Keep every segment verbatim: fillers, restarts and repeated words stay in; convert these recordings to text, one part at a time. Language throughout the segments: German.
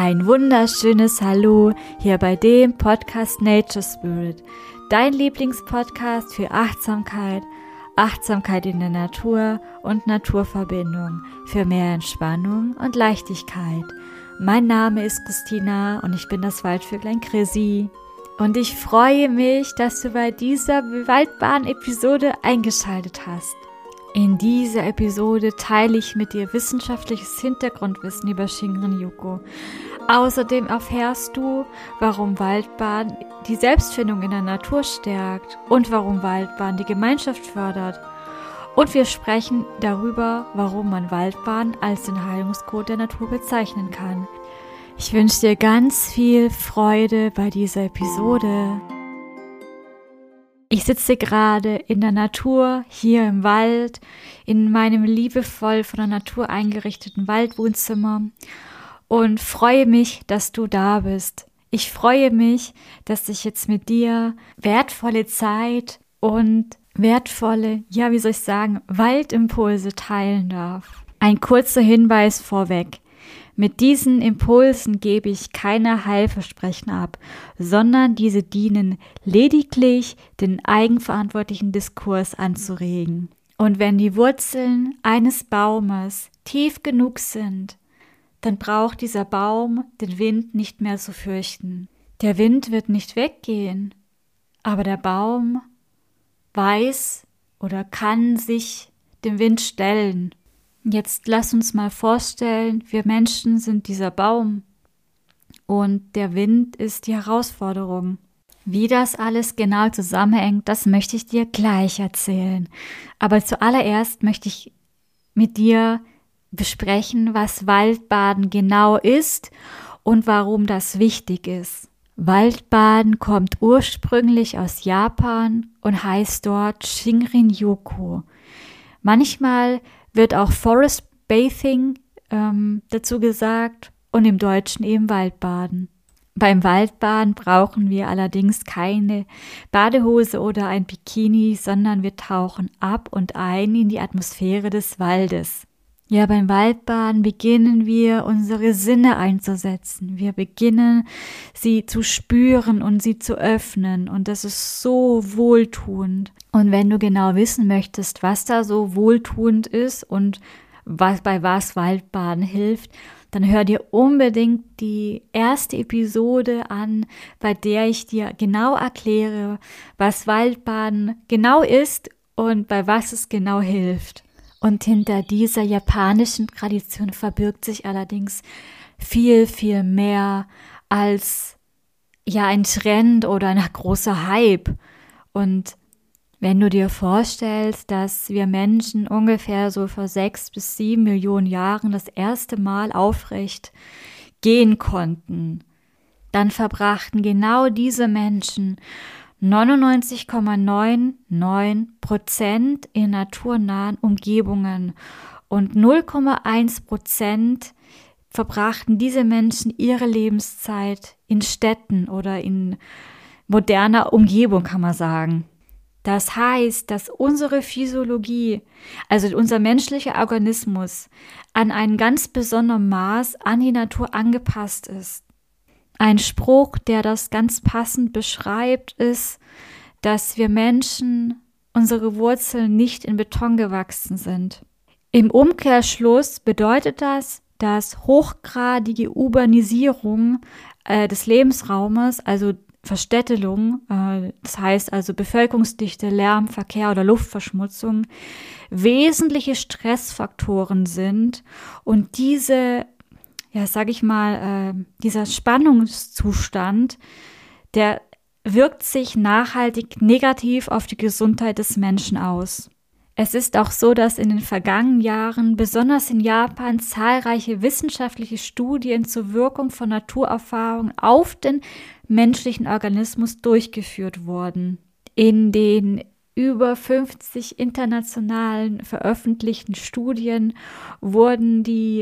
Ein wunderschönes Hallo hier bei dem Podcast Nature Spirit, dein Lieblingspodcast für Achtsamkeit, Achtsamkeit in der Natur und Naturverbindung, für mehr Entspannung und Leichtigkeit. Mein Name ist Christina und ich bin das Waldvöglein Chrissy. Und ich freue mich, dass du bei dieser Waldbahn-Episode eingeschaltet hast. In dieser Episode teile ich mit dir wissenschaftliches Hintergrundwissen über Shinrin-yoku. Außerdem erfährst du, warum Waldbaden die Selbstfindung in der Natur stärkt und warum Waldbaden die Gemeinschaft fördert. Und wir sprechen darüber, warum man Waldbaden als den Heilungscode der Natur bezeichnen kann. Ich wünsche dir ganz viel Freude bei dieser Episode. Ich sitze gerade in der Natur, hier im Wald, in meinem liebevoll von der Natur eingerichteten Waldwohnzimmer und freue mich, dass du da bist. Ich freue mich, dass ich jetzt mit dir wertvolle Zeit und wertvolle, ja, wie soll ich sagen, Waldimpulse teilen darf. Ein kurzer Hinweis vorweg. Mit diesen Impulsen gebe ich keine Heilversprechen ab, sondern diese dienen lediglich, den eigenverantwortlichen Diskurs anzuregen. Und wenn die Wurzeln eines Baumes tief genug sind, dann braucht dieser Baum den Wind nicht mehr zu fürchten. Der Wind wird nicht weggehen, aber der Baum weiß oder kann sich dem Wind stellen. Jetzt lass uns mal vorstellen, wir Menschen sind dieser Baum und der Wind ist die Herausforderung. Wie das alles genau zusammenhängt, das möchte ich dir gleich erzählen. Aber zuallererst möchte ich mit dir besprechen, was Waldbaden genau ist und warum das wichtig ist. Waldbaden kommt ursprünglich aus Japan und heißt dort Shinrin-yoku. Manchmal wird auch Forest Bathing ähm, dazu gesagt und im Deutschen eben Waldbaden. Beim Waldbaden brauchen wir allerdings keine Badehose oder ein Bikini, sondern wir tauchen ab und ein in die Atmosphäre des Waldes. Ja, beim Waldbaden beginnen wir, unsere Sinne einzusetzen. Wir beginnen, sie zu spüren und sie zu öffnen. Und das ist so wohltuend. Und wenn du genau wissen möchtest, was da so wohltuend ist und was, bei was Waldbaden hilft, dann hör dir unbedingt die erste Episode an, bei der ich dir genau erkläre, was Waldbaden genau ist und bei was es genau hilft. Und hinter dieser japanischen Tradition verbirgt sich allerdings viel, viel mehr als ja ein Trend oder ein großer Hype. Und wenn du dir vorstellst, dass wir Menschen ungefähr so vor sechs bis sieben Millionen Jahren das erste Mal aufrecht gehen konnten, dann verbrachten genau diese Menschen neunundneunzig Komma neunundneunzig Prozent in naturnahen Umgebungen und null Komma eins Prozent verbrachten diese Menschen ihre Lebenszeit in Städten oder in moderner Umgebung, kann man sagen. Das heißt, dass unsere Physiologie, also unser menschlicher Organismus, an ein ganz besonderes Maß an die Natur angepasst ist. Ein Spruch, der das ganz passend beschreibt, ist, dass wir Menschen unsere Wurzeln nicht in Beton gewachsen sind. Im Umkehrschluss bedeutet das, dass hochgradige Urbanisierung äh, des Lebensraumes, also Verstädtelung, äh, das heißt also Bevölkerungsdichte, Lärm, Verkehr oder Luftverschmutzung, wesentliche Stressfaktoren sind und diese ja, sag ich mal, äh, dieser Spannungszustand, der wirkt sich nachhaltig negativ auf die Gesundheit des Menschen aus. Es ist auch so, dass in den vergangenen Jahren, besonders in Japan, zahlreiche wissenschaftliche Studien zur Wirkung von Naturerfahrungen auf den menschlichen Organismus durchgeführt wurden. In den über fünfzig internationalen veröffentlichten Studien wurden die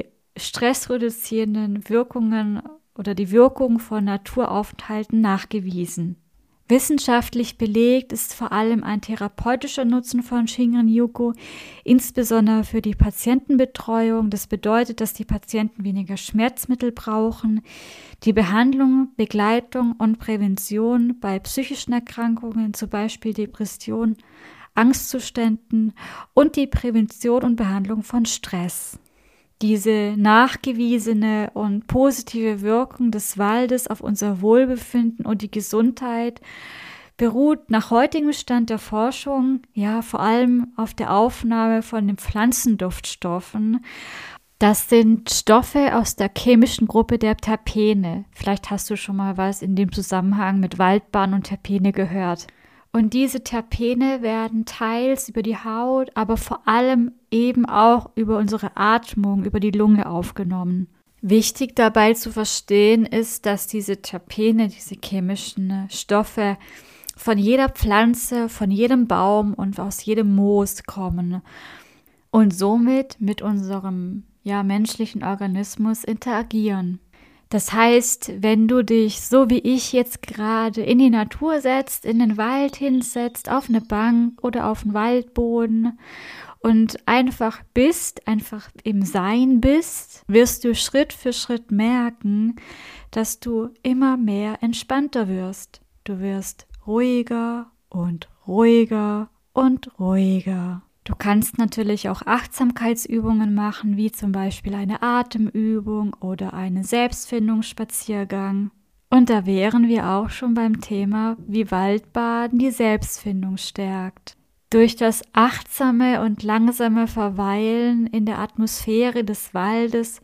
stressreduzierenden Wirkungen oder die Wirkung von Naturaufenthalten nachgewiesen. Wissenschaftlich belegt ist vor allem ein therapeutischer Nutzen von Shinrin-Yoku, insbesondere für die Patientenbetreuung. Das bedeutet, dass die Patienten weniger Schmerzmittel brauchen. Die Behandlung, Begleitung und Prävention bei psychischen Erkrankungen, zum Beispiel Depression, Angstzuständen und die Prävention und Behandlung von Stress. Diese nachgewiesene und positive Wirkung des Waldes auf unser Wohlbefinden und die Gesundheit beruht nach heutigem Stand der Forschung ja vor allem auf der Aufnahme von den Pflanzenduftstoffen. Das sind Stoffe aus der chemischen Gruppe der Terpene. Vielleicht hast du schon mal was in dem Zusammenhang mit Waldbahn und Terpene gehört. Und diese Terpene werden teils über die Haut, aber vor allem eben auch über unsere Atmung, über die Lunge aufgenommen. Wichtig dabei zu verstehen ist, dass diese Terpene, diese chemischen Stoffe von jeder Pflanze, von jedem Baum und aus jedem Moos kommen und somit mit unserem ja, menschlichen Organismus interagieren. Das heißt, wenn du dich, so wie ich jetzt gerade, in die Natur setzt, in den Wald hinsetzt, auf eine Bank oder auf einen Waldboden und einfach bist, einfach im Sein bist, wirst du Schritt für Schritt merken, dass du immer mehr entspannter wirst. Du wirst ruhiger und ruhiger und ruhiger. Du kannst natürlich auch Achtsamkeitsübungen machen, wie zum Beispiel eine Atemübung oder einen Selbstfindungsspaziergang. Und da wären wir auch schon beim Thema, wie Waldbaden die Selbstfindung stärkt. Durch das achtsame und langsame Verweilen in der Atmosphäre des Waldes,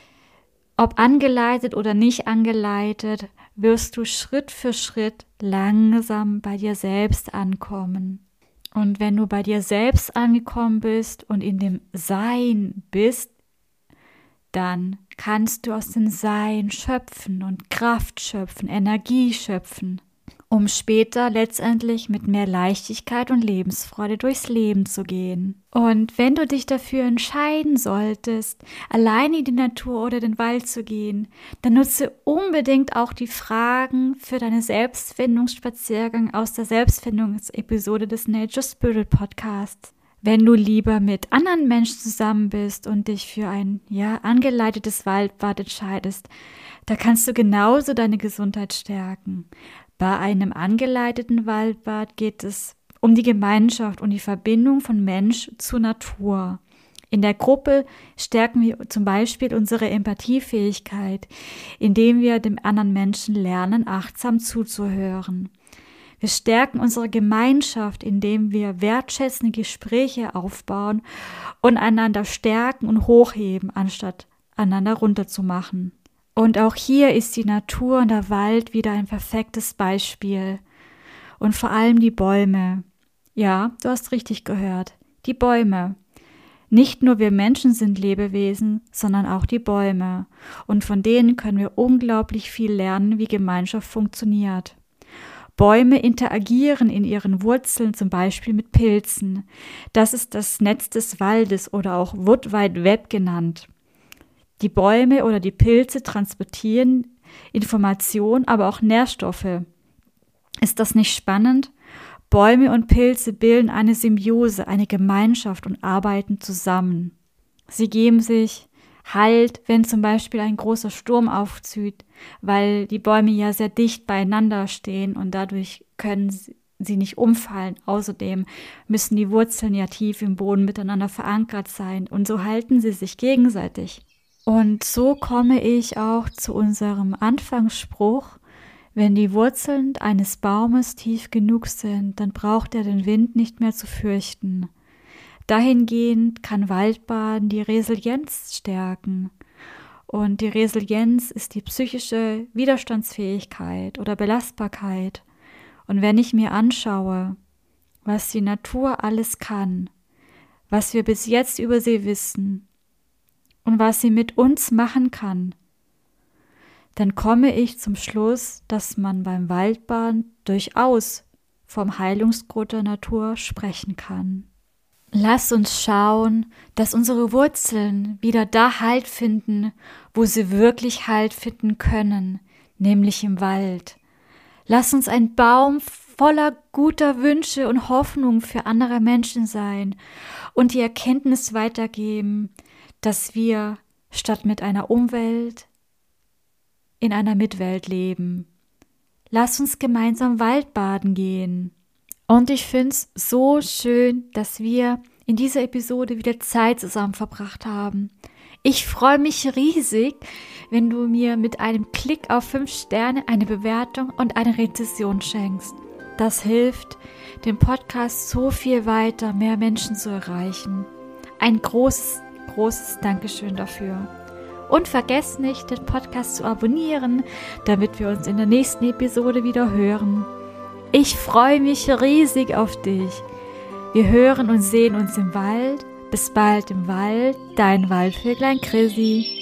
ob angeleitet oder nicht angeleitet, wirst du Schritt für Schritt langsam bei dir selbst ankommen. Und wenn du bei dir selbst angekommen bist und in dem Sein bist, dann kannst du aus dem Sein schöpfen und Kraft schöpfen, Energie schöpfen, um später letztendlich mit mehr Leichtigkeit und Lebensfreude durchs Leben zu gehen. Und wenn du dich dafür entscheiden solltest, allein in die Natur oder den Wald zu gehen, dann nutze unbedingt auch die Fragen für deinen Selbstfindungsspaziergang aus der Selbstfindungsepisode des Nature Spirit Podcasts. Wenn du lieber mit anderen Menschen zusammen bist und dich für ein ja angeleitetes Waldbad entscheidest, da kannst du genauso deine Gesundheit stärken. Bei einem angeleiteten Waldbad geht es um die Gemeinschaft und die Verbindung von Mensch zu Natur. In der Gruppe stärken wir zum Beispiel unsere Empathiefähigkeit, indem wir dem anderen Menschen lernen, achtsam zuzuhören. Wir stärken unsere Gemeinschaft, indem wir wertschätzende Gespräche aufbauen und einander stärken und hochheben, anstatt einander runterzumachen. Und auch hier ist die Natur und der Wald wieder ein perfektes Beispiel. Und vor allem die Bäume. Ja, du hast richtig gehört. Die Bäume. Nicht nur wir Menschen sind Lebewesen, sondern auch die Bäume. Und von denen können wir unglaublich viel lernen, wie Gemeinschaft funktioniert. Bäume interagieren in ihren Wurzeln zum Beispiel mit Pilzen. Das ist das Netz des Waldes oder auch Wood Wide Web genannt. Die Bäume oder die Pilze transportieren Information, aber auch Nährstoffe. Ist das nicht spannend? Bäume und Pilze bilden eine Symbiose, eine Gemeinschaft und arbeiten zusammen. Sie geben sich Halt, wenn zum Beispiel ein großer Sturm aufzieht, weil die Bäume ja sehr dicht beieinander stehen und dadurch können sie nicht umfallen. Außerdem müssen die Wurzeln ja tief im Boden miteinander verankert sein und so halten sie sich gegenseitig. Und so komme ich auch zu unserem Anfangsspruch: Wenn die Wurzeln eines Baumes tief genug sind, dann braucht er den Wind nicht mehr zu fürchten. Dahingehend kann Waldbaden die Resilienz stärken. Und die Resilienz ist die psychische Widerstandsfähigkeit oder Belastbarkeit. Und wenn ich mir anschaue, was die Natur alles kann, was wir bis jetzt über sie wissen, und was sie mit uns machen kann, dann komme ich zum Schluss, dass man beim Waldbaden durchaus vom Heilungsgrund der Natur sprechen kann. Lass uns schauen, dass unsere Wurzeln wieder da Halt finden, wo sie wirklich Halt finden können, nämlich im Wald. Lass uns ein Baum voller guter Wünsche und Hoffnung für andere Menschen sein und die Erkenntnis weitergeben, dass wir statt mit einer Umwelt in einer Mitwelt leben. Lass uns gemeinsam Waldbaden gehen. Und ich finde es so schön, dass wir in dieser Episode wieder Zeit zusammen verbracht haben. Ich freue mich riesig, wenn du mir mit einem Klick auf fünf Sterne eine Bewertung und eine Rezension schenkst. Das hilft, den Podcast so viel weiter, mehr Menschen zu erreichen. Ein großes, großes Dankeschön dafür. Und vergesst nicht, den Podcast zu abonnieren, damit wir uns in der nächsten Episode wieder hören. Ich freue mich riesig auf dich. Wir hören und sehen uns im Wald. Bis bald im Wald, dein Waldvöglein Chrissy.